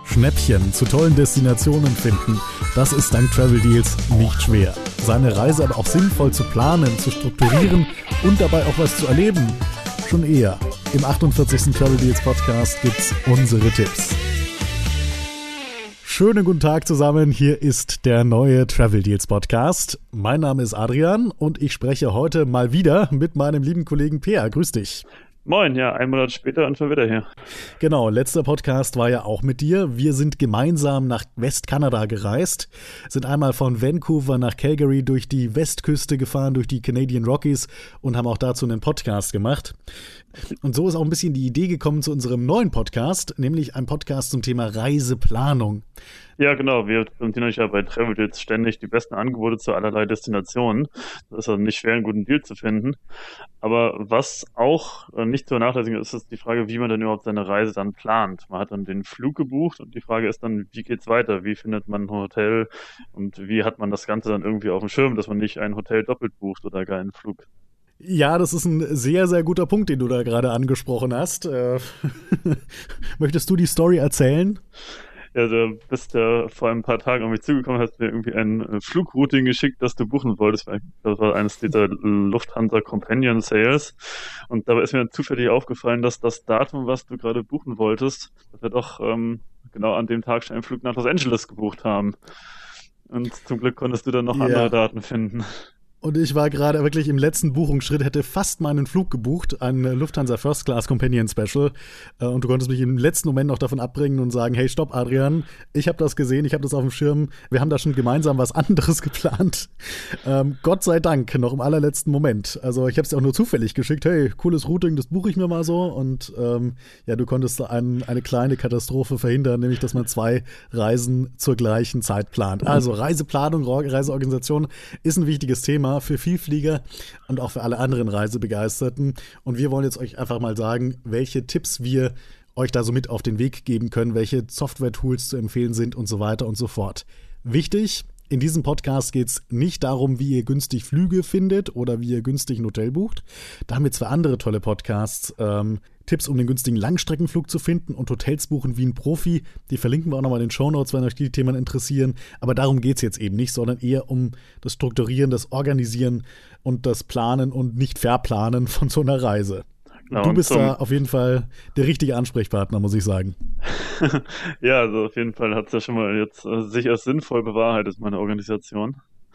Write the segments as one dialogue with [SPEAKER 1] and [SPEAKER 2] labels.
[SPEAKER 1] Schnäppchen zu tollen Destinationen finden, das ist dank Travel Deals nicht schwer. Seine Reise aber auch sinnvoll zu planen, zu strukturieren und dabei auch was zu erleben, schon eher. Im 48. Travel Deals Podcast gibt's unsere Tipps. Schönen guten Tag zusammen, hier ist der neue Travel Deals Podcast. Mein Name ist Adrian und ich spreche heute mal wieder mit meinem lieben Kollegen Peer. Grüß dich.
[SPEAKER 2] Moin, ja, 1 Monat später und schon wieder hier.
[SPEAKER 1] Genau, letzter Podcast war ja auch mit dir. Wir sind gemeinsam nach Westkanada gereist, sind einmal von Vancouver nach Calgary durch die Westküste gefahren, durch die Canadian Rockies und haben auch dazu einen Podcast gemacht. Und so ist auch ein bisschen die Idee gekommen zu unserem neuen Podcast, nämlich ein Podcast zum Thema Reiseplanung.
[SPEAKER 2] Ja, genau. Wir präsentieren euch ja bei Travel Deals ständig die besten Angebote zu allerlei Destinationen. Das ist also nicht schwer, einen guten Deal zu finden. Aber was auch nicht zu vernachlässigen ist, ist die Frage, wie man denn überhaupt seine Reise dann plant. Man hat dann den Flug gebucht und die Frage ist dann, wie geht's weiter? Wie findet man ein Hotel und wie hat man das Ganze dann irgendwie auf dem Schirm, dass man nicht ein Hotel doppelt bucht oder gar einen Flug?
[SPEAKER 1] Ja, das ist ein sehr, sehr guter Punkt, den du da gerade angesprochen hast. Möchtest du die Story erzählen?
[SPEAKER 2] Ja, du bist ja vor ein paar Tagen auf mich zugekommen, hast mir irgendwie ein Flugrouting geschickt, das du buchen wolltest. Das war eines dieser Lufthansa Companion Sales. Und dabei ist mir zufällig aufgefallen, dass das Datum, was du gerade buchen wolltest, dass wir doch genau an dem Tag schon einen Flug nach Los Angeles gebucht haben. Und zum Glück konntest du dann noch andere Daten finden.
[SPEAKER 1] Und ich war gerade wirklich im letzten Buchungsschritt, hätte fast meinen Flug gebucht, ein Lufthansa First Class Companion Special. Und du konntest mich im letzten Moment noch davon abbringen und sagen, hey, stopp, Adrian, ich habe das gesehen, ich habe das auf dem Schirm, wir haben da schon gemeinsam was anderes geplant. Gott sei Dank, noch im allerletzten Moment. Also ich habe es dir auch nur zufällig geschickt, hey, cooles Routing, das buche ich mir mal so. Und du konntest eine kleine Katastrophe verhindern, nämlich, dass man 2 Reisen zur gleichen Zeit plant. Also Reiseplanung, Reiseorganisation ist ein wichtiges Thema für Vielflieger und auch für alle anderen Reisebegeisterten. Und wir wollen jetzt euch einfach mal sagen, welche Tipps wir euch da so mit auf den Weg geben können, welche Software-Tools zu empfehlen sind und so weiter und so fort. Wichtig, in diesem Podcast geht es nicht darum, wie ihr günstig Flüge findet oder wie ihr günstig ein Hotel bucht. Da haben wir 2 andere tolle Podcasts. Tipps, um den günstigen Langstreckenflug zu finden und Hotels buchen wie ein Profi. Die verlinken wir auch nochmal in den Shownotes, wenn euch die Themen interessieren. Aber darum geht es jetzt eben nicht, sondern eher um das Strukturieren, das Organisieren und das Planen und nicht Verplanen von so einer Reise. Genau, du bist da auf jeden Fall der richtige Ansprechpartner, muss ich sagen.
[SPEAKER 2] Ja, also auf jeden Fall hat es ja schon mal jetzt sich als sinnvoll bewahrheitet, meine Organisation.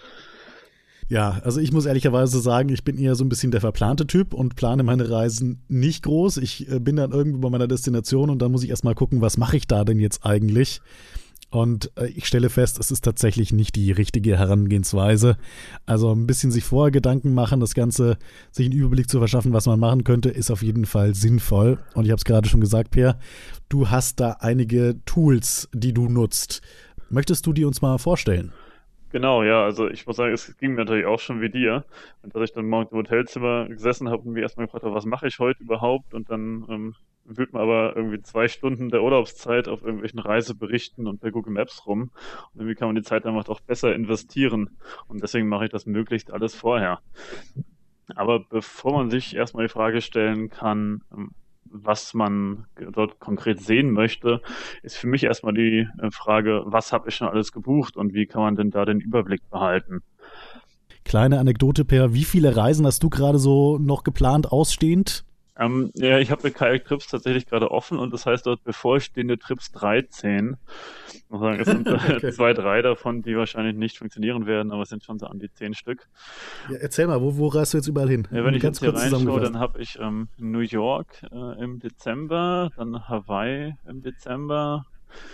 [SPEAKER 1] Ja, also ich muss ehrlicherweise sagen, ich bin eher so ein bisschen der verplante Typ und plane meine Reisen nicht groß. Ich bin dann irgendwo bei meiner Destination und dann muss ich erstmal gucken, was mache ich da denn jetzt eigentlich? Und ich stelle fest, es ist tatsächlich nicht die richtige Herangehensweise. Also ein bisschen sich vorher Gedanken machen, das Ganze, sich einen Überblick zu verschaffen, was man machen könnte, ist auf jeden Fall sinnvoll. Und ich habe es gerade schon gesagt, Peer, du hast da einige Tools, die du nutzt. Möchtest du die uns mal vorstellen?
[SPEAKER 2] Genau, ja, also ich muss sagen, es ging mir natürlich auch schon wie dir. Und dass ich dann morgens im Hotelzimmer gesessen habe und mir erstmal gefragt habe, was mache ich heute überhaupt? Und dann wühlt man aber irgendwie 2 Stunden der Urlaubszeit auf irgendwelchen Reiseberichten und bei Google Maps rum. Und irgendwie kann man die Zeit einfach doch besser investieren. Und deswegen mache ich das möglichst alles vorher. Aber bevor man sich erstmal die Frage stellen kann, was man dort konkret sehen möchte, ist für mich erstmal die Frage, was habe ich schon alles gebucht und wie kann man denn da den Überblick behalten?
[SPEAKER 1] Kleine Anekdote, Per, wie viele Reisen hast du gerade so noch geplant, ausstehend?
[SPEAKER 2] Ja, ich habe mit Kayak Trips tatsächlich gerade offen und das heißt dort bevorstehende Trips 13. Ich muss sagen, es sind okay. 2, 3 davon, die wahrscheinlich nicht funktionieren werden, aber es sind schon so an die 10 Stück.
[SPEAKER 1] Ja, erzähl mal, wo reist du jetzt überall hin?
[SPEAKER 2] Ja, wenn ich jetzt hier reinschaue, dann habe ich New York im Dezember, dann Hawaii im Dezember,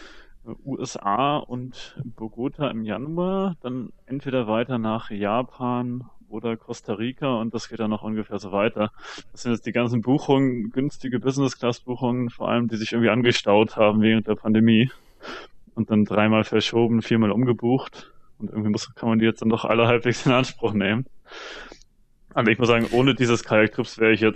[SPEAKER 2] USA und Bogota im Januar, dann entweder weiter nach Japan oder Costa Rica und das geht dann noch ungefähr so weiter. Das sind jetzt die ganzen Buchungen, günstige Business-Class-Buchungen, vor allem, die sich irgendwie angestaut haben während der Pandemie und dann 3-mal verschoben, 4-mal umgebucht und irgendwie kann man die jetzt dann doch alle halbwegs in Anspruch nehmen. Also ich muss sagen, ohne dieses Kayak-Trips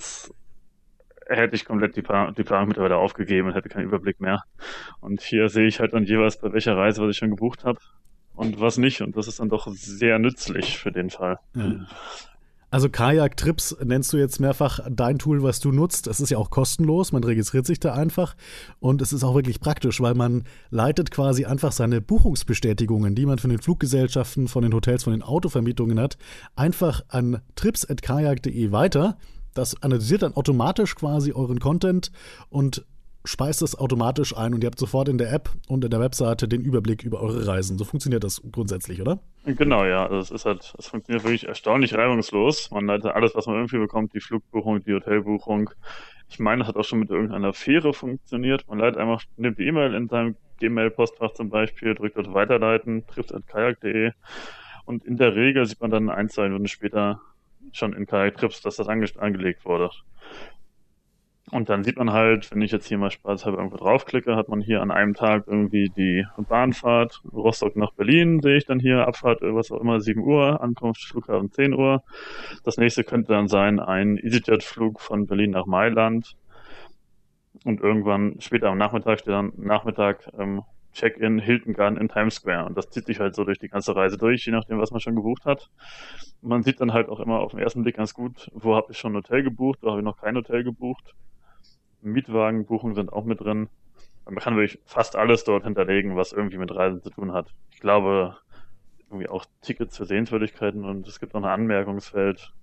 [SPEAKER 2] hätte ich komplett die Planung mittlerweile aufgegeben und hätte keinen Überblick mehr. Und hier sehe ich halt dann jeweils bei welcher Reise, was ich schon gebucht habe und was nicht. Und das ist dann doch sehr nützlich für den Fall.
[SPEAKER 1] Ja. Also Kajak-Trips nennst du jetzt mehrfach dein Tool, was du nutzt. Es ist ja auch kostenlos, man registriert sich da einfach und es ist auch wirklich praktisch, weil man leitet quasi einfach seine Buchungsbestätigungen, die man von den Fluggesellschaften, von den Hotels, von den Autovermietungen hat, einfach an trips@kajak.de weiter. Das analysiert dann automatisch quasi euren Content und speist es automatisch ein und ihr habt sofort in der App und in der Webseite den Überblick über eure Reisen. So funktioniert das grundsätzlich, oder?
[SPEAKER 2] Genau, ja. Also es funktioniert wirklich erstaunlich reibungslos. Man leitet alles, was man irgendwie bekommt, die Flugbuchung, die Hotelbuchung. Ich meine, das hat auch schon mit irgendeiner Fähre funktioniert. Man leitet einfach, nimmt die E-Mail in seinem Gmail-Postfach zum Beispiel, drückt dort weiterleiten, trips@kajak.de und in der Regel sieht man dann 1, 2 Minuten später schon in Kajak Trips, dass das angelegt wurde. Und dann sieht man halt, wenn ich jetzt hier mal spaßhalber irgendwo draufklicke, hat man hier an einem Tag irgendwie die Bahnfahrt, Rostock nach Berlin sehe ich dann hier, Abfahrt, was auch immer, 7 Uhr, Ankunft, Flughafen 10 Uhr. Das nächste könnte dann sein, ein EasyJet-Flug von Berlin nach Mailand. Und irgendwann später am Nachmittag steht dann Check-in Hilton Garden in Times Square. Und das zieht sich halt so durch die ganze Reise durch, je nachdem, was man schon gebucht hat. Und man sieht dann halt auch immer auf den ersten Blick ganz gut, wo habe ich schon ein Hotel gebucht, wo habe ich noch kein Hotel gebucht. Mietwagenbuchungen sind auch mit drin. Man kann wirklich fast alles dort hinterlegen, was irgendwie mit Reisen zu tun hat. Ich glaube, irgendwie auch Tickets für Sehenswürdigkeiten und es gibt noch ein Anmerkungsfeld.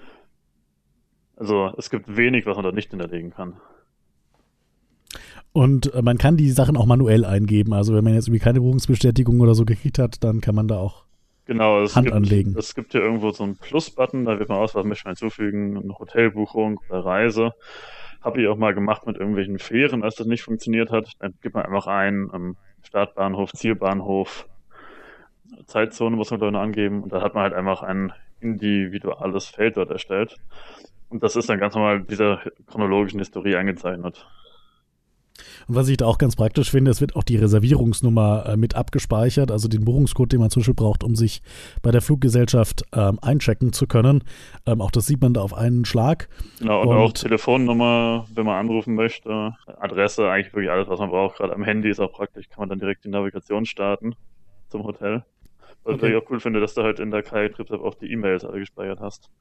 [SPEAKER 2] Also es gibt wenig, was man dort nicht hinterlegen kann.
[SPEAKER 1] Und man kann die Sachen auch manuell eingeben. Also wenn man jetzt irgendwie keine Buchungsbestätigung oder so gekriegt hat, dann kann man da auch Hand anlegen.
[SPEAKER 2] Es gibt hier irgendwo so einen Plus-Button, da wird man aus, was möchte man hinzufügen, eine Hotelbuchung oder Reise. Habe ich auch mal gemacht mit irgendwelchen Fähren, als das nicht funktioniert hat. Dann gibt man einfach ein Startbahnhof, Zielbahnhof, Zeitzone muss man glaube ich noch angeben und dann hat man halt einfach ein individuelles Feld dort erstellt. Und das ist dann ganz normal dieser chronologischen Historie eingezeichnet.
[SPEAKER 1] Und was ich da auch ganz praktisch finde, es wird auch die Reservierungsnummer mit abgespeichert, also den Buchungscode, den man zum Beispiel braucht, um sich bei der Fluggesellschaft einchecken zu können. Auch das sieht man da auf einen Schlag.
[SPEAKER 2] Genau, und auch Telefonnummer, wenn man anrufen möchte, Adresse, eigentlich wirklich alles, was man braucht. Gerade am Handy ist auch praktisch, kann man dann direkt die Navigation starten zum Hotel. Was ich auch cool finde, dass du halt in der Kajak Trips App auch die E-Mails alle gespeichert hast.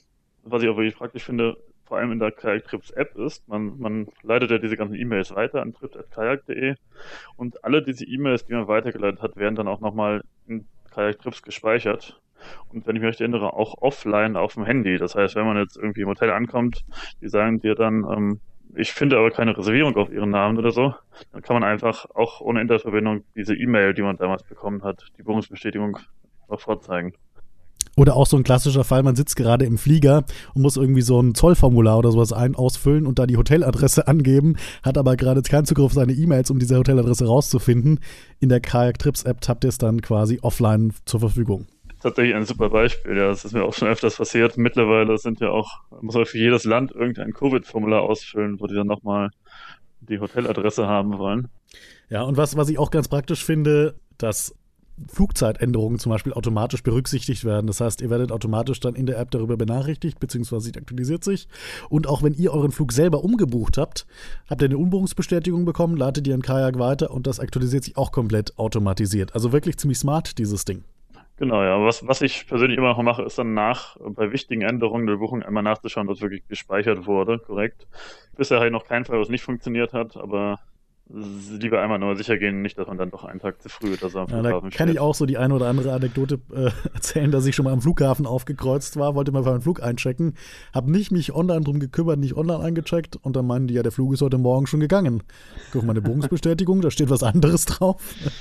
[SPEAKER 2] Was ich auch wirklich praktisch finde, vor allem in der Kajak Trips App ist, man leitet ja diese ganzen E-Mails weiter an trips@kajak.de und alle diese E-Mails, die man weitergeleitet hat, werden dann auch nochmal in Kajak Trips gespeichert. Und wenn ich mich recht erinnere, auch offline auf dem Handy. Das heißt, wenn man jetzt irgendwie im Hotel ankommt, die sagen dir dann, ich finde aber keine Reservierung auf ihren Namen oder so, dann kann man einfach auch ohne Internetverbindung diese E-Mail, die man damals bekommen hat, die Buchungsbestätigung noch vorzeigen.
[SPEAKER 1] Oder auch so ein klassischer Fall, man sitzt gerade im Flieger und muss irgendwie so ein Zollformular oder sowas ausfüllen und da die Hoteladresse angeben, hat aber gerade keinen Zugriff auf seine E-Mails, um diese Hoteladresse rauszufinden. In der Kajak Trips App habt ihr es dann quasi offline zur Verfügung.
[SPEAKER 2] Tatsächlich ein super Beispiel, ja, das ist mir auch schon öfters passiert. Mittlerweile sind ja auch, muss man für jedes Land irgendein Covid-Formular ausfüllen, wo die dann nochmal die Hoteladresse haben wollen.
[SPEAKER 1] Ja, und was ich auch ganz praktisch finde, dass Flugzeitänderungen zum Beispiel automatisch berücksichtigt werden. Das heißt, ihr werdet automatisch dann in der App darüber benachrichtigt, beziehungsweise sie aktualisiert sich. Und auch wenn ihr euren Flug selber umgebucht habt, habt ihr eine Umbuchungsbestätigung bekommen, ladet ihr in Kajak weiter und das aktualisiert sich auch komplett automatisiert. Also wirklich ziemlich smart, dieses Ding.
[SPEAKER 2] Genau, ja. Was ich persönlich immer noch mache, ist dann bei wichtigen Änderungen der Buchung einmal nachzuschauen, dass wirklich gespeichert wurde, korrekt. Bisher habe ich noch keinen Fall, was nicht funktioniert hat, aber lieber einmal nur sicher gehen, nicht, dass man dann doch einen Tag zu früh oder so am Flughafen
[SPEAKER 1] steht. Da kann ich auch so die eine oder andere Anekdote erzählen, dass ich schon mal am Flughafen aufgekreuzt war, wollte mal für meinen Flug einchecken, habe nicht mich online drum gekümmert, nicht online eingecheckt und dann meinten die, ja, der Flug ist heute Morgen schon gegangen. Ich gucke meine Buchungsbestätigung, da steht was anderes drauf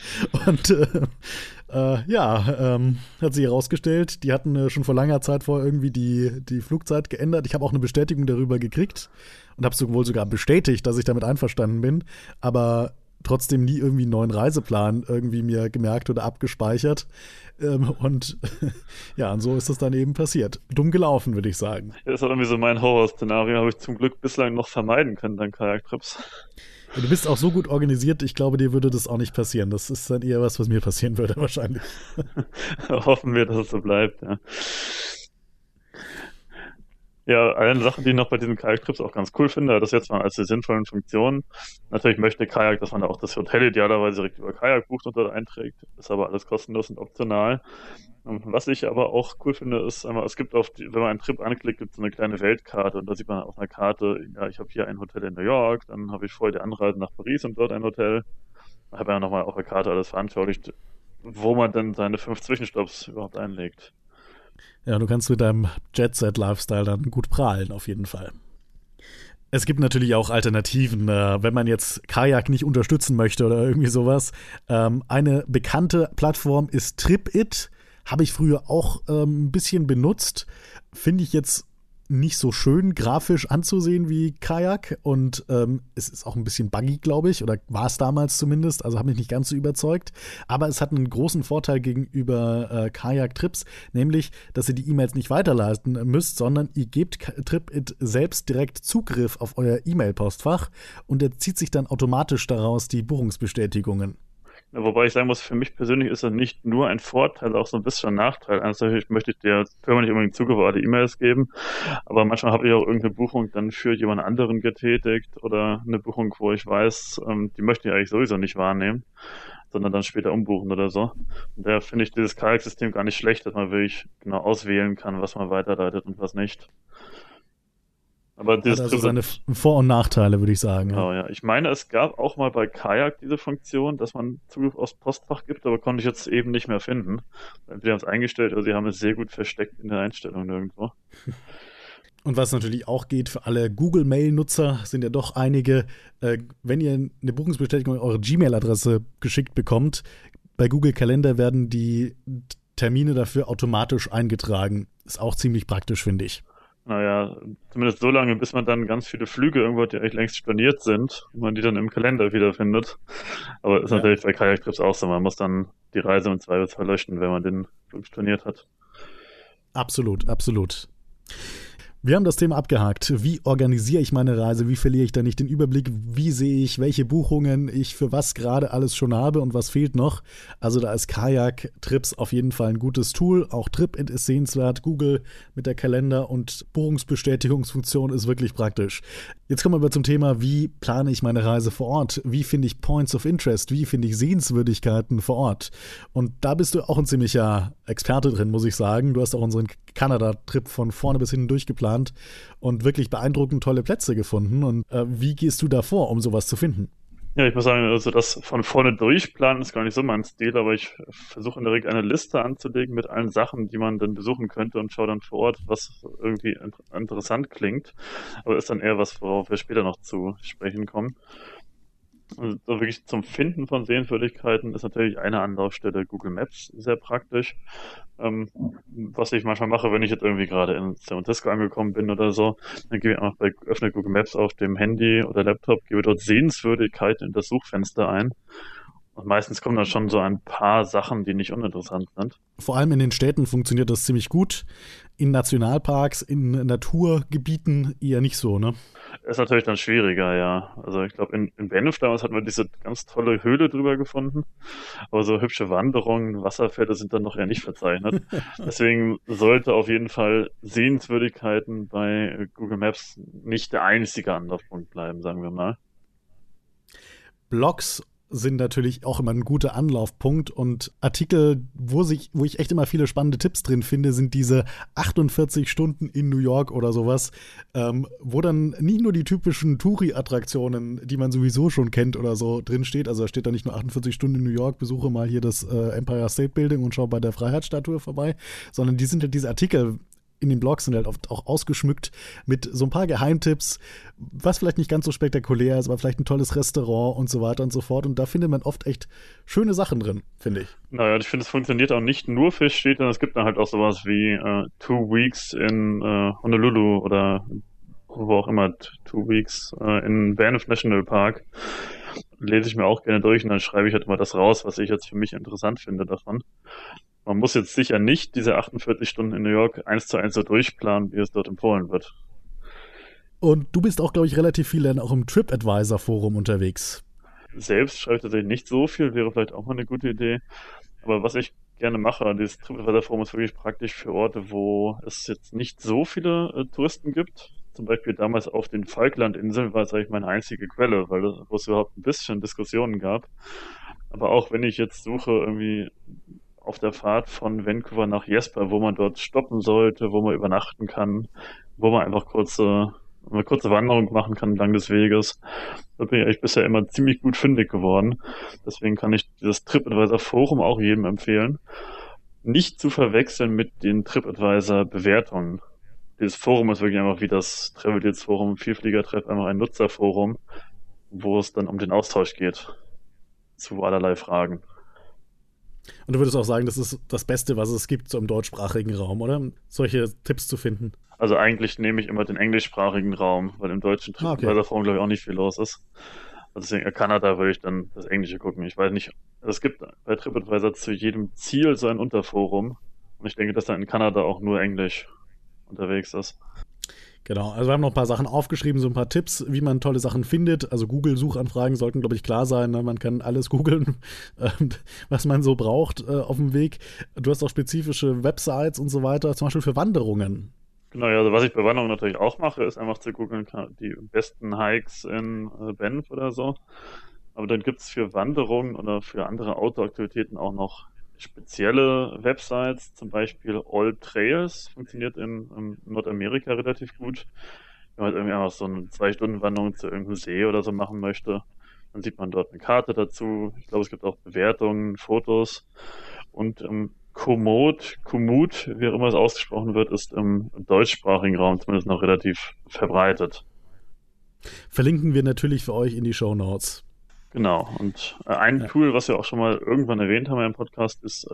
[SPEAKER 1] und hat sich herausgestellt, die hatten schon vor langer Zeit vor irgendwie die Flugzeit geändert. Ich habe auch eine Bestätigung darüber gekriegt und habe wohl sogar bestätigt, dass ich damit einverstanden bin, aber trotzdem nie irgendwie einen neuen Reiseplan irgendwie mir gemerkt oder abgespeichert. Und so ist das dann eben passiert. Dumm gelaufen, würde ich sagen.
[SPEAKER 2] Das ist irgendwie so mein Horrorszenario, habe ich zum Glück bislang noch vermeiden können, dann Kajak-Trips.
[SPEAKER 1] Du bist auch so gut organisiert, ich glaube, dir würde das auch nicht passieren. Das ist dann eher was mir passieren würde, wahrscheinlich.
[SPEAKER 2] Hoffen wir, dass es so bleibt, ja. Ja, eine Sache, die ich noch bei diesen Kajak-Trips auch ganz cool finde, das jetzt mal als die sinnvollen Funktionen. Natürlich möchte Kajak, dass man da auch das Hotel idealerweise direkt über Kajak bucht und dort einträgt. Ist aber alles kostenlos und optional. Was ich aber auch cool finde, ist einmal, es gibt wenn man einen Trip anklickt, gibt es so eine kleine Weltkarte und da sieht man auf einer Karte, ja, ich habe hier ein Hotel in New York, dann habe ich vorher die Anreise nach Paris und dort ein Hotel. Da habe ich ja nochmal auf der Karte alles veranschaulicht, wo man dann seine 5 Zwischenstopps überhaupt einlegt.
[SPEAKER 1] Ja, du kannst mit deinem Jet-Set-Lifestyle dann gut prahlen, auf jeden Fall. Es gibt natürlich auch Alternativen, wenn man jetzt Kajak nicht unterstützen möchte oder irgendwie sowas. Eine bekannte Plattform ist TripIt. Habe ich früher auch ein bisschen benutzt. Finde ich jetzt nicht so schön grafisch anzusehen wie Kajak. Und es ist auch ein bisschen buggy, glaube ich. Oder war es damals zumindest. Also habe mich nicht ganz so überzeugt. Aber es hat einen großen Vorteil gegenüber Kajak-Trips. Nämlich, dass ihr die E-Mails nicht weiterleiten müsst, sondern ihr gebt TripIt selbst direkt Zugriff auf euer E-Mail-Postfach. Und er zieht sich dann automatisch daraus die Buchungsbestätigungen.
[SPEAKER 2] Ja, wobei ich sagen muss, für mich persönlich ist das nicht nur ein Vorteil, auch so ein bisschen ein Nachteil. Natürlich möchte ich der Firma nicht unbedingt Zugriff auf alle E-Mails geben, aber manchmal habe ich auch irgendeine Buchung dann für jemand anderen getätigt oder eine Buchung, wo ich weiß, die möchte ich eigentlich sowieso nicht wahrnehmen, sondern dann später umbuchen oder so. Und daher finde ich dieses Kajak-System gar nicht schlecht, dass man wirklich genau auswählen kann, was man weiterleitet und was nicht. Aber
[SPEAKER 1] Hat also seine Vor- und Nachteile, würde ich sagen.
[SPEAKER 2] Genau, ja. Ich meine, es gab auch mal bei Kajak diese Funktion, dass man Zugriff aufs Postfach gibt, aber konnte ich jetzt eben nicht mehr finden. Entweder haben es eingestellt oder sie haben es sehr gut versteckt in der Einstellung irgendwo.
[SPEAKER 1] Und was natürlich auch geht für alle Google-Mail-Nutzer, sind ja doch einige, wenn ihr eine Buchungsbestätigung an eure Gmail-Adresse geschickt bekommt, bei Google Kalender werden die Termine dafür automatisch eingetragen. Ist auch ziemlich praktisch, finde ich.
[SPEAKER 2] Naja, zumindest so lange, bis man dann ganz viele Flüge irgendwo, die eigentlich längst storniert sind, und man die dann im Kalender wiederfindet. Aber ist natürlich bei Kajak-Trips auch so. Man muss dann die Reise im Zweifelsfall löschen, wenn man den Flug storniert hat.
[SPEAKER 1] Absolut, absolut. Wir haben das Thema abgehakt. Wie organisiere ich meine Reise? Wie verliere ich da nicht den Überblick? Wie sehe ich, welche Buchungen ich für was gerade alles schon habe und was fehlt noch? Also da ist Kajak-Trips auf jeden Fall ein gutes Tool. Auch TripIt ist sehenswert. Google mit der Kalender- und Buchungsbestätigungsfunktion ist wirklich praktisch. Jetzt kommen wir aber zum Thema, wie plane ich meine Reise vor Ort? Wie finde ich Points of Interest? Wie finde ich Sehenswürdigkeiten vor Ort? Und da bist du auch ein ziemlicher Experte drin, muss ich sagen. Du hast auch unseren Kanada-Trip von vorne bis hinten durchgeplant und wirklich beeindruckend tolle Plätze gefunden. Und wie gehst du da vor, um sowas zu finden?
[SPEAKER 2] Ja, ich muss sagen, also das von vorne durchplanen ist gar nicht so mein Stil, aber ich versuche in der Regel eine Liste anzulegen mit allen Sachen, die man dann besuchen könnte und schaue dann vor Ort, was irgendwie interessant klingt. Aber ist dann eher was, worauf wir später noch zu sprechen kommen. Also so wirklich zum Finden von Sehenswürdigkeiten ist natürlich eine Anlaufstelle Google Maps sehr praktisch. Was ich manchmal mache, wenn ich jetzt irgendwie gerade in San Francisco angekommen bin oder so, dann gebe ich einfach öffne Google Maps auf dem Handy oder Laptop, gebe dort Sehenswürdigkeiten in das Suchfenster ein. Und meistens kommen dann schon so ein paar Sachen, die nicht uninteressant sind.
[SPEAKER 1] Vor allem in den Städten funktioniert das ziemlich gut. In Nationalparks, in Naturgebieten eher nicht so, ne?
[SPEAKER 2] Ist natürlich dann schwieriger, ja. Also ich glaube, in Banff damals hatten wir diese ganz tolle Höhle drüber gefunden. Aber so hübsche Wanderungen, Wasserfälle sind dann noch eher nicht verzeichnet. Deswegen sollte auf jeden Fall Sehenswürdigkeiten bei Google Maps nicht der einzige Anlaufpunkt bleiben, sagen wir mal.
[SPEAKER 1] Blogs sind natürlich auch immer ein guter Anlaufpunkt und Artikel, wo ich echt immer viele spannende Tipps drin finde, sind diese 48 Stunden in New York oder sowas, wo dann nicht nur die typischen Touri-Attraktionen, die man sowieso schon kennt oder so, drin steht, also da steht da nicht nur 48 Stunden in New York, besuche mal hier das Empire State Building und schau bei der Freiheitsstatue vorbei, sondern die sind halt diese Artikel in den Blogs sind halt oft auch ausgeschmückt mit so ein paar Geheimtipps, was vielleicht nicht ganz so spektakulär ist, aber vielleicht ein tolles Restaurant und so weiter und so fort. Und da findet man oft echt schöne Sachen drin, finde ich.
[SPEAKER 2] Naja, ich finde, es funktioniert auch nicht nur für Städte, es gibt dann halt auch sowas wie 2 Weeks in Honolulu oder wo auch immer, 2 Weeks in Banff National Park. Lese ich mir auch gerne durch und dann schreibe ich halt immer das raus, was ich jetzt für mich interessant finde davon. Man muss jetzt sicher nicht diese 48 Stunden in New York 1:1 so durchplanen, wie es dort empfohlen wird.
[SPEAKER 1] Und du bist auch, glaube ich, relativ viel dann auch im TripAdvisor-Forum unterwegs.
[SPEAKER 2] Selbst schreibe ich tatsächlich nicht so viel, wäre vielleicht auch mal eine gute Idee. Aber was ich gerne mache. Dieses TripAdvisor-Forum ist wirklich praktisch für Orte, wo es jetzt nicht so viele Touristen gibt. Zum Beispiel damals auf den Falklandinseln war es eigentlich meine einzige Quelle, wo es überhaupt ein bisschen Diskussionen gab. Aber auch wenn ich jetzt suche, irgendwie auf der Fahrt von Vancouver nach Jesper, wo man dort stoppen sollte, wo man übernachten kann, wo man einfach eine kurze Wanderung machen kann entlang des Weges. Da bin ich eigentlich bisher immer ziemlich gut fündig geworden. Deswegen kann ich dieses TripAdvisor Forum auch jedem empfehlen. Nicht zu verwechseln mit den TripAdvisor Bewertungen. Dieses Forum ist wirklich einfach wie das Travel Deals Forum, Vielfliegertreff, einfach ein Nutzerforum, wo es dann um den Austausch geht zu allerlei Fragen.
[SPEAKER 1] Und du würdest auch sagen, das ist das Beste, was es gibt so im deutschsprachigen Raum, oder? Solche Tipps zu finden.
[SPEAKER 2] Also eigentlich nehme ich immer den englischsprachigen Raum, weil im deutschen TripAdvisor-Forum, glaube ich, auch nicht viel los ist. Also deswegen in Kanada würde ich dann das Englische gucken. Ich weiß nicht, es gibt bei TripAdvisor zu jedem Ziel so ein Unterforum. Und ich denke, dass dann in Kanada auch nur Englisch unterwegs ist.
[SPEAKER 1] Genau, also wir haben noch ein paar Sachen aufgeschrieben, so ein paar Tipps, wie man tolle Sachen findet. Also Google-Suchanfragen sollten, glaube ich, klar sein. Ne? Man kann alles googeln, was man so braucht auf dem Weg. Du hast auch spezifische Websites und so weiter, zum Beispiel für Wanderungen.
[SPEAKER 2] Genau, ja, also was ich bei Wanderungen natürlich auch mache, ist einfach zu googeln, die besten Hikes in Banff oder so. Aber dann gibt es für Wanderungen oder für andere Outdoor-Aktivitäten auch noch spezielle Websites, zum Beispiel All Trails, funktioniert in Nordamerika relativ gut. Wenn man halt irgendwie einfach so eine 2-Stunden-Wanderung zu irgendeinem See oder so machen möchte, dann sieht man dort eine Karte dazu. Ich glaube, es gibt auch Bewertungen, Fotos. Und Komoot, wie auch immer es ausgesprochen wird, ist im deutschsprachigen Raum zumindest noch relativ verbreitet.
[SPEAKER 1] Verlinken wir natürlich für euch in die Shownotes.
[SPEAKER 2] Genau, und ein Tool, was wir auch schon mal irgendwann erwähnt haben im Podcast, ist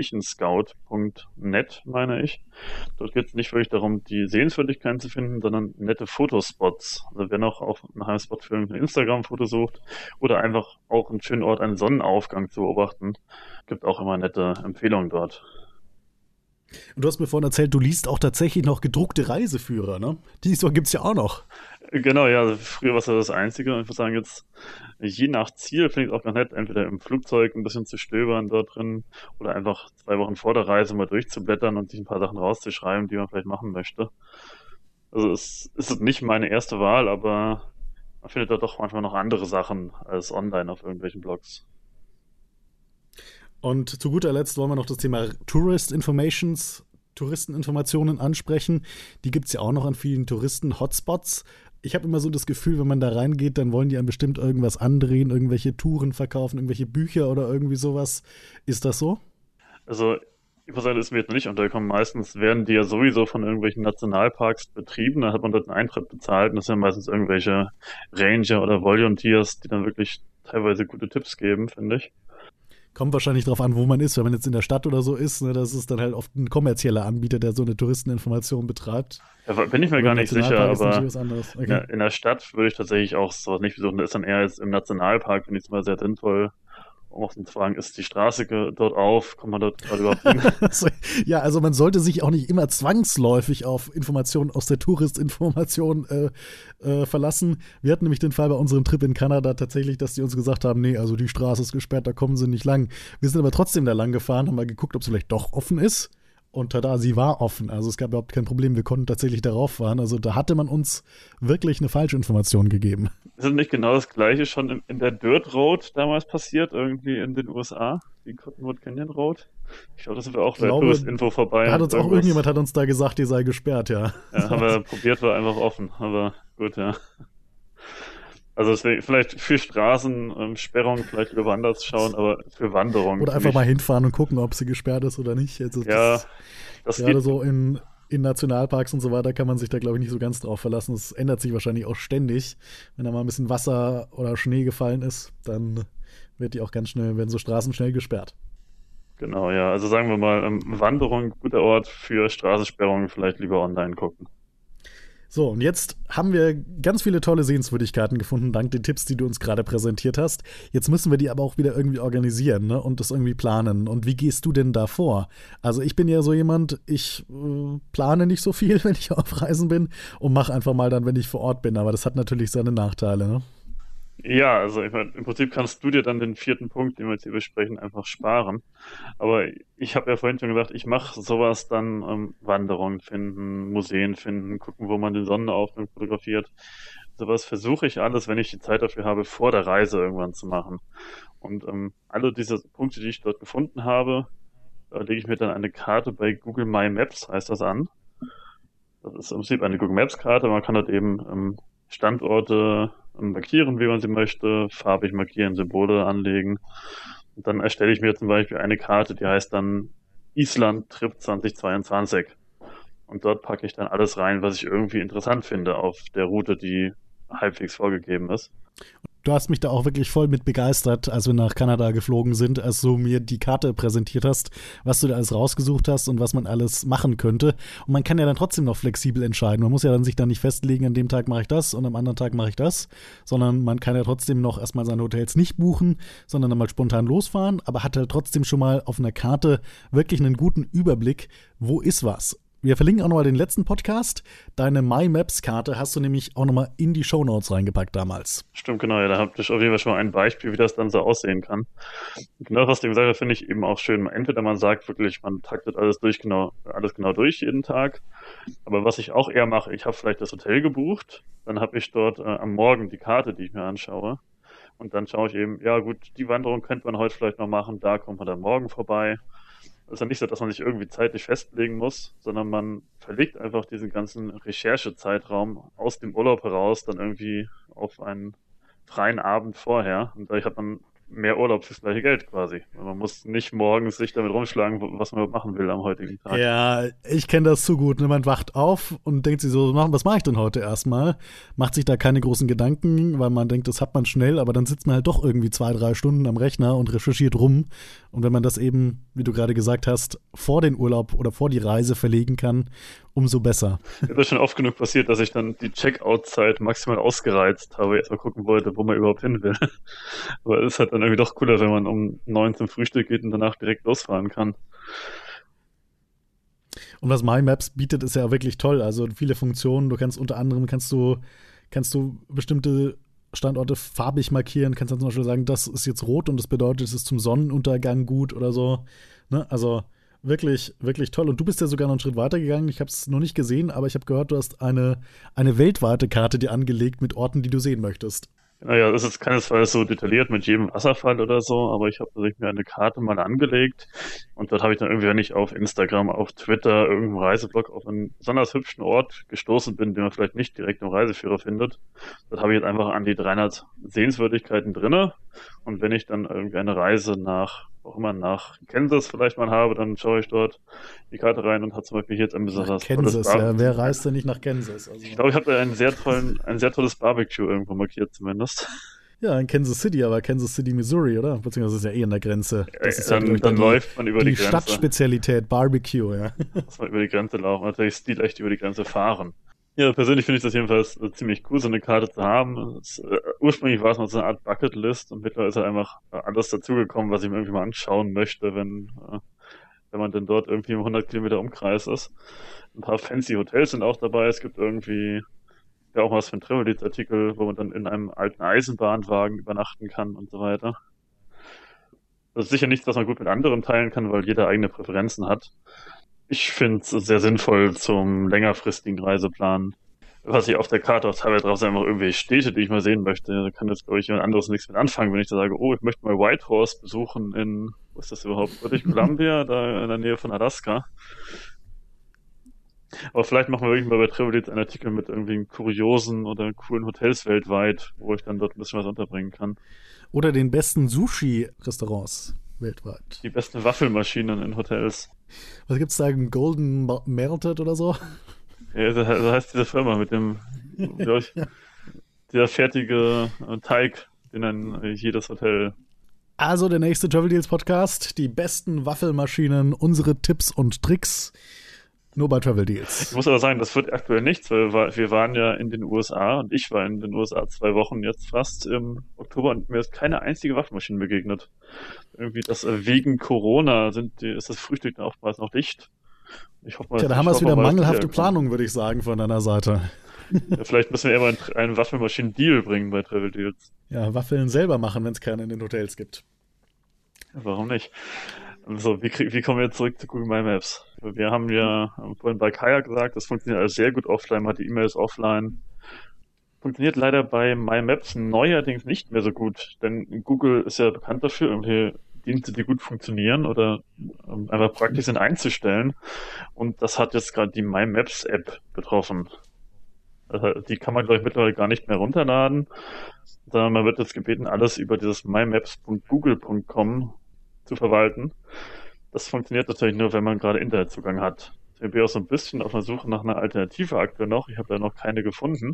[SPEAKER 2] locationscout.net, meine ich. Dort geht es nicht wirklich darum, die Sehenswürdigkeiten zu finden, sondern nette Fotospots. Also wer noch auf einen Heimspot für ein Instagram-Foto sucht oder einfach auch einen schönen Ort, einen Sonnenaufgang zu beobachten, gibt auch immer nette Empfehlungen dort.
[SPEAKER 1] Und du hast mir vorhin erzählt, du liest auch tatsächlich noch gedruckte Reiseführer, ne? Die gibt es ja auch noch.
[SPEAKER 2] Genau, ja, also früher war es ja das Einzige. Und ich würde sagen, jetzt je nach Ziel finde ich es auch ganz nett, entweder im Flugzeug ein bisschen zu stöbern dort drin oder einfach 2 Wochen vor der Reise mal durchzublättern und sich ein paar Sachen rauszuschreiben, die man vielleicht machen möchte. Also es ist nicht meine erste Wahl, aber man findet da doch manchmal noch andere Sachen als online auf irgendwelchen Blogs.
[SPEAKER 1] Und zu guter Letzt wollen wir noch das Thema Touristeninformationen ansprechen. Die gibt es ja auch noch an vielen Touristen-Hotspots. Ich habe immer so das Gefühl, wenn man da reingeht, dann wollen die einem bestimmt irgendwas andrehen, irgendwelche Touren verkaufen, irgendwelche Bücher oder irgendwie sowas. Ist das so?
[SPEAKER 2] Also ich muss sagen, das ist mir jetzt noch nicht untergekommen. Meistens werden die ja sowieso von irgendwelchen Nationalparks betrieben. Da hat man dort einen Eintritt bezahlt und das sind meistens irgendwelche Ranger oder Volunteers, die dann wirklich teilweise gute Tipps geben, finde ich.
[SPEAKER 1] Kommt wahrscheinlich drauf an, wo man ist. Wenn man jetzt in der Stadt oder so ist, ne, das ist dann halt oft ein kommerzieller Anbieter, der so eine Touristeninformation betreibt.
[SPEAKER 2] Ja, bin ich mir gar nicht sicher, aber
[SPEAKER 1] okay.
[SPEAKER 2] in der Stadt würde ich tatsächlich auch sowas nicht besuchen. Das ist dann eher jetzt im Nationalpark, finde ich es mal sehr sinnvoll, um auch zu fragen, ist die Straße dort auf? Kommt man dort gerade überhaupt hin?
[SPEAKER 1] Ja, also man sollte sich auch nicht immer zwangsläufig auf Informationen aus der Touristinformation verlassen. Wir hatten nämlich den Fall bei unserem Trip in Kanada tatsächlich, dass die uns gesagt haben, nee, also die Straße ist gesperrt, da kommen sie nicht lang. Wir sind aber trotzdem da lang gefahren, haben mal geguckt, ob sie vielleicht doch offen ist. Und tada, sie war offen. Also es gab überhaupt kein Problem. Wir konnten tatsächlich darauf fahren. Also da hatte man uns wirklich eine falsche Information gegeben.
[SPEAKER 2] Ist das nicht genau das Gleiche schon in der Dirt Road damals passiert, irgendwie in den USA? Die Cottonwood Canyon Road? Ich glaube, das sind wir auch bei Touristinfo vorbei.
[SPEAKER 1] Da hat uns auch irgendjemand hat uns da gesagt, die sei gesperrt, ja.
[SPEAKER 2] Ja, haben wir probiert, war einfach offen. Aber gut, ja. Also deswegen, vielleicht für Straßensperrungen vielleicht lieber woanders schauen, aber für Wanderungen.
[SPEAKER 1] Oder einfach mal hinfahren und gucken, ob sie gesperrt ist oder nicht. Also
[SPEAKER 2] ja, das
[SPEAKER 1] gerade
[SPEAKER 2] geht.
[SPEAKER 1] So in Nationalparks und so weiter kann man sich da, glaube ich, nicht so ganz drauf verlassen. Es ändert sich wahrscheinlich auch ständig. Wenn da mal ein bisschen Wasser oder Schnee gefallen ist, dann werden so Straßen schnell gesperrt.
[SPEAKER 2] Genau, ja. Also sagen wir mal, Wanderung, guter Ort, für Straßensperrungen vielleicht lieber online gucken.
[SPEAKER 1] So, und jetzt haben wir ganz viele tolle Sehenswürdigkeiten gefunden, dank den Tipps, die du uns gerade präsentiert hast. Jetzt müssen wir die aber auch wieder irgendwie organisieren, ne? Und das irgendwie planen. Und wie gehst du denn da vor? Also ich bin ja so jemand, ich plane nicht so viel, wenn ich auf Reisen bin und mache einfach mal dann, wenn ich vor Ort bin. Aber das hat natürlich seine Nachteile, ne?
[SPEAKER 2] Ja, also ich meine, im Prinzip kannst du dir dann den vierten Punkt, den wir jetzt hier besprechen, einfach sparen. Aber ich habe ja vorhin schon gesagt, ich mache sowas dann, Wanderungen finden, Museen finden, gucken, wo man den Sonnenaufgang fotografiert. Sowas versuche ich alles, wenn ich die Zeit dafür habe, vor der Reise irgendwann zu machen. Und alle diese Punkte, die ich dort gefunden habe, da lege ich mir dann eine Karte bei Google My Maps, heißt das an. Das ist im Prinzip eine Google Maps Karte. Man kann dort eben Standorte markieren, wie man sie möchte, farbig markieren, Symbole anlegen. Und dann erstelle ich mir zum Beispiel eine Karte, die heißt dann Island Trip 2022. Und dort packe ich dann alles rein, was ich irgendwie interessant finde auf der Route, die halbwegs vorgegeben ist.
[SPEAKER 1] Du hast mich da auch wirklich voll mit begeistert, als wir nach Kanada geflogen sind, als du mir die Karte präsentiert hast, was du da alles rausgesucht hast und was man alles machen könnte. Und man kann ja dann trotzdem noch flexibel entscheiden. Man muss ja dann sich dann nicht festlegen, an dem Tag mache ich das und am anderen Tag mache ich das, sondern man kann ja trotzdem noch erstmal seine Hotels nicht buchen, sondern dann mal spontan losfahren, aber hat halt trotzdem schon mal auf einer Karte wirklich einen guten Überblick, wo ist was. Wir verlinken auch nochmal den letzten Podcast. Deine My Maps-Karte hast du nämlich auch nochmal in die Shownotes reingepackt damals.
[SPEAKER 2] Stimmt, genau. Ja, da habt ihr auf jeden Fall schon mal ein Beispiel, wie das dann so aussehen kann. Und genau, was du gesagt hast, finde ich eben auch schön. Entweder man sagt wirklich, man taktet alles genau durch jeden Tag. Aber was ich auch eher mache, ich habe vielleicht das Hotel gebucht, dann habe ich dort am Morgen die Karte, die ich mir anschaue. Und dann schaue ich eben, ja gut, die Wanderung könnte man heute vielleicht noch machen, da kommt man dann morgen vorbei. Es ist ja nicht so, dass man sich irgendwie zeitlich festlegen muss, sondern man verlegt einfach diesen ganzen Recherchezeitraum aus dem Urlaub heraus dann irgendwie auf einen freien Abend vorher. Und dadurch hat man mehr Urlaub fürs gleiche Geld quasi. Man muss nicht morgens sich damit rumschlagen, was man machen will am heutigen Tag.
[SPEAKER 1] Ja, ich kenne das zu gut. Man wacht auf und denkt sich so, was mache ich denn heute erstmal? Macht sich da keine großen Gedanken, weil man denkt, das hat man schnell, aber dann sitzt man halt doch irgendwie 2-3 Stunden am Rechner und recherchiert rum. Und wenn man das eben, wie du gerade gesagt hast, vor den Urlaub oder vor die Reise verlegen kann, umso besser.
[SPEAKER 2] Mir ist schon oft genug passiert, dass ich dann die Checkout-Zeit maximal ausgereizt habe, erstmal gucken wollte, wo man überhaupt hin will. Aber es ist halt dann irgendwie doch cooler, wenn man um 9 zum Frühstück geht und danach direkt losfahren kann.
[SPEAKER 1] Und was My Maps bietet, ist ja wirklich toll. Also viele Funktionen. Du kannst unter anderem kannst du bestimmte Standorte farbig markieren. Kannst dann zum Beispiel sagen, das ist jetzt rot und das bedeutet, es ist zum Sonnenuntergang gut oder so. Ne? Also wirklich, wirklich toll. Und du bist ja sogar noch einen Schritt weiter gegangen. Ich habe es noch nicht gesehen, aber ich habe gehört, du hast eine weltweite Karte dir angelegt mit Orten, die du sehen möchtest.
[SPEAKER 2] Naja, das ist keinesfalls so detailliert mit jedem Wasserfall oder so, aber ich habe mir eine Karte mal angelegt und dort habe ich dann irgendwie, wenn ich auf Instagram, auf Twitter, irgendeinem Reiseblog auf einen besonders hübschen Ort gestoßen bin, den man vielleicht nicht direkt im Reiseführer findet, dort habe ich jetzt einfach an die 300 Sehenswürdigkeiten drinne und wenn ich dann irgendwie eine Reise nach Kansas vielleicht mal habe, dann schaue ich dort die Karte rein und hat zum Beispiel hier jetzt ein besonders
[SPEAKER 1] Kansas, ja. Wer reist denn nicht nach Kansas? Also,
[SPEAKER 2] ich glaube, ich habe da ein sehr tolles Barbecue irgendwo markiert zumindest.
[SPEAKER 1] Ja, in Kansas City, aber Kansas City, Missouri, oder? Beziehungsweise ist ja eh an der Grenze.
[SPEAKER 2] Das ist dann läuft man über die Grenze.
[SPEAKER 1] Die Stadtspezialität, Barbecue, ja.
[SPEAKER 2] Muss man über die Grenze laufen, natürlich stilecht über die Grenze fahren. Ja, persönlich finde ich das jedenfalls ziemlich cool, so eine Karte zu haben. Ursprünglich war es mal so eine Art Bucketlist und mittlerweile ist halt einfach alles dazugekommen, was ich mir irgendwie mal anschauen möchte, wenn man denn dort irgendwie im 100 Kilometer Umkreis ist. Ein paar fancy Hotels sind auch dabei. Es gibt irgendwie ja auch was für ein Travel-Artikel, wo man dann in einem alten Eisenbahnwagen übernachten kann und so weiter. Das ist sicher nichts, was man gut mit anderen teilen kann, weil jeder eigene Präferenzen hat. Ich finde es sehr sinnvoll zum längerfristigen Reiseplan. Was ich auf der Karte auch teilweise drauf sind, einfach irgendwelche Städte, die ich mal sehen möchte. Da kann jetzt, glaube ich, jemand anderes nichts mit anfangen, wenn ich da sage, oh, ich möchte mal Whitehorse besuchen wo ist das überhaupt? British Columbia, da in der Nähe von Alaska. Aber vielleicht machen wir wirklich mal bei Travel jetzt einen Artikel mit irgendwie kuriosen oder coolen Hotels weltweit, wo ich dann dort ein bisschen was unterbringen kann.
[SPEAKER 1] Oder den besten Sushi-Restaurants weltweit.
[SPEAKER 2] Die besten Waffelmaschinen in Hotels.
[SPEAKER 1] Was gibt's da? Golden Melted oder so?
[SPEAKER 2] Ja, so heißt diese Firma mit dem, glaube ich, dieser fertige Teig, den dann jedes Hotel.
[SPEAKER 1] Also der nächste Travel Deals Podcast, die besten Waffelmaschinen, unsere Tipps und Tricks. Nur bei Travel Deals.
[SPEAKER 2] Ich muss aber sagen, das wird aktuell nichts, weil wir waren ja in den USA und ich war in den USA 2 Wochen jetzt fast im Oktober und mir ist keine einzige Waffenmaschine begegnet. Irgendwie wegen Corona ist das Frühstück oftmals noch dicht. Ich hoffe mal,
[SPEAKER 1] da haben wir es wieder mangelhafte Planung, würde ich sagen, von deiner Seite.
[SPEAKER 2] Ja, vielleicht müssen wir immer einen Waffelmaschinen-Deal bringen bei Travel Deals.
[SPEAKER 1] Ja, Waffeln selber machen, wenn es keine in den Hotels gibt.
[SPEAKER 2] Warum nicht? Also, wie kommen wir jetzt zurück zu Google My Maps? Wir haben ja vorhin bei Kaya gesagt, das funktioniert alles sehr gut offline, man hat die E-Mails offline. Funktioniert leider bei My Maps neuerdings nicht mehr so gut, denn Google ist ja bekannt dafür, irgendwie Dienste, die gut funktionieren oder einfach praktisch sind einzustellen. Und das hat jetzt gerade die My Maps App betroffen. Also die kann man, glaube ich, mittlerweile gar nicht mehr runterladen, sondern man wird jetzt gebeten, alles über dieses mymaps.google.com zu verwalten. Das funktioniert natürlich nur, wenn man gerade Internetzugang hat. Ich bin auch so ein bisschen auf der Suche nach einer Alternative aktuell noch. Ich habe da noch keine gefunden.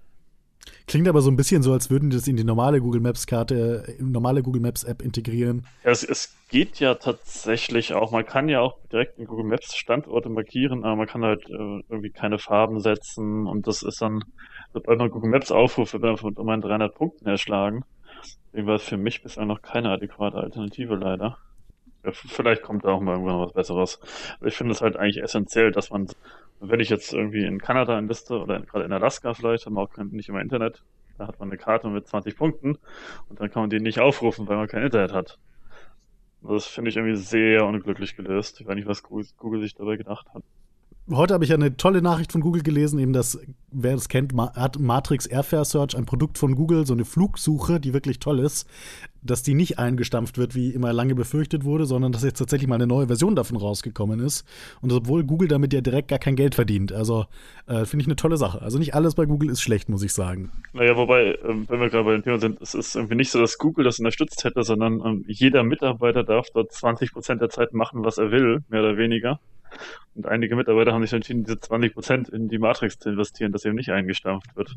[SPEAKER 1] Klingt aber so ein bisschen so, als würden die das in die normale Google Maps-Karte, normale Google Maps-App integrieren.
[SPEAKER 2] Ja, es geht ja tatsächlich auch. Man kann ja auch direkt in Google Maps Standorte markieren, aber man kann halt irgendwie keine Farben setzen und das ist dann, sobald man Google Maps aufruft, wird man von um 300 Punkten erschlagen. Deswegen war es für mich bisher noch keine adäquate Alternative leider. Ja, vielleicht kommt da auch mal irgendwann was Besseres. Aber ich finde es halt eigentlich essentiell, dass man, wenn ich jetzt irgendwie in Kanada enliste oder gerade in Alaska vielleicht, haben wir auch nicht immer Internet, da hat man eine Karte mit 20 Punkten und dann kann man die nicht aufrufen, weil man kein Internet hat. Das finde ich irgendwie sehr unglücklich gelöst. Ich weiß nicht, was Google sich dabei gedacht hat.
[SPEAKER 1] Heute habe ich ja eine tolle Nachricht von Google gelesen, eben das, wer das kennt, hat Matrix Airfare Search, ein Produkt von Google, so eine Flugsuche, die wirklich toll ist, dass die nicht eingestampft wird, wie immer lange befürchtet wurde, sondern dass jetzt tatsächlich mal eine neue Version davon rausgekommen ist. Und obwohl Google damit ja direkt gar kein Geld verdient. Also finde ich eine tolle Sache. Also nicht alles bei Google ist schlecht, muss ich sagen.
[SPEAKER 2] Naja, wobei, wenn wir gerade bei dem Thema sind, es ist irgendwie nicht so, dass Google das unterstützt hätte, sondern jeder Mitarbeiter darf dort 20% der Zeit machen, was er will, mehr oder weniger. Und einige Mitarbeiter haben sich entschieden, diese 20% in die Matrix zu investieren, dass eben nicht eingestampft wird.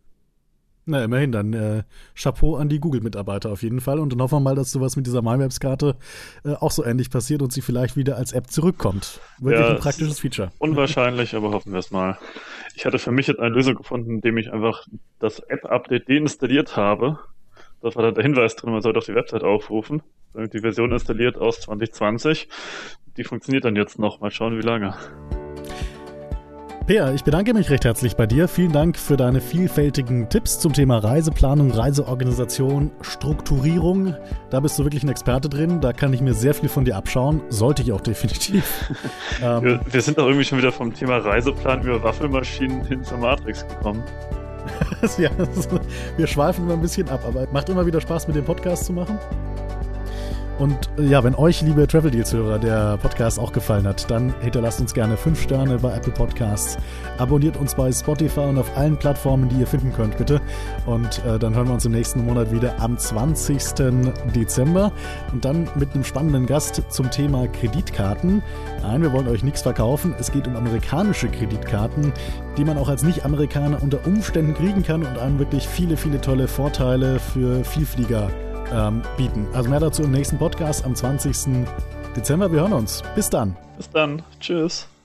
[SPEAKER 1] Na, immerhin, dann Chapeau an die Google-Mitarbeiter auf jeden Fall. Und dann hoffen wir mal, dass sowas mit dieser MyMaps-Karte auch so ähnlich passiert und sie vielleicht wieder als App zurückkommt. Wirklich ein praktisches Feature.
[SPEAKER 2] Unwahrscheinlich, aber hoffen wir es mal. Ich hatte für mich jetzt eine Lösung gefunden, indem ich einfach das App-Update deinstalliert habe. Da war dann der Hinweis drin, man sollte auf die Website aufrufen. Die Version installiert aus 2020. Die funktioniert dann jetzt noch. Mal schauen, wie lange.
[SPEAKER 1] Peer, ich bedanke mich recht herzlich bei dir. Vielen Dank für deine vielfältigen Tipps zum Thema Reiseplanung, Reiseorganisation, Strukturierung. Da bist du wirklich ein Experte drin. Da kann ich mir sehr viel von dir abschauen. Sollte ich auch definitiv.
[SPEAKER 2] Wir sind doch irgendwie schon wieder vom Thema Reiseplan über Waffelmaschinen hin zur Matrix gekommen.
[SPEAKER 1] Ja, wir schweifen immer ein bisschen ab, aber macht immer wieder Spaß, mit dem Podcast zu machen. Und ja, wenn euch, liebe Travel Deals-Hörer, der Podcast auch gefallen hat, dann hinterlasst uns gerne 5 Sterne bei Apple Podcasts. Abonniert uns bei Spotify und auf allen Plattformen, die ihr finden könnt, bitte. Und dann hören wir uns im nächsten Monat wieder am 20. Dezember. Und dann mit einem spannenden Gast zum Thema Kreditkarten. Nein, wir wollen euch nichts verkaufen. Es geht um amerikanische Kreditkarten, die man auch als Nicht-Amerikaner unter Umständen kriegen kann und einem wirklich viele, viele tolle Vorteile für Vielflieger bieten. Also mehr dazu im nächsten Podcast am 20. Dezember. Wir hören uns. Bis dann.
[SPEAKER 2] Bis dann. Tschüss.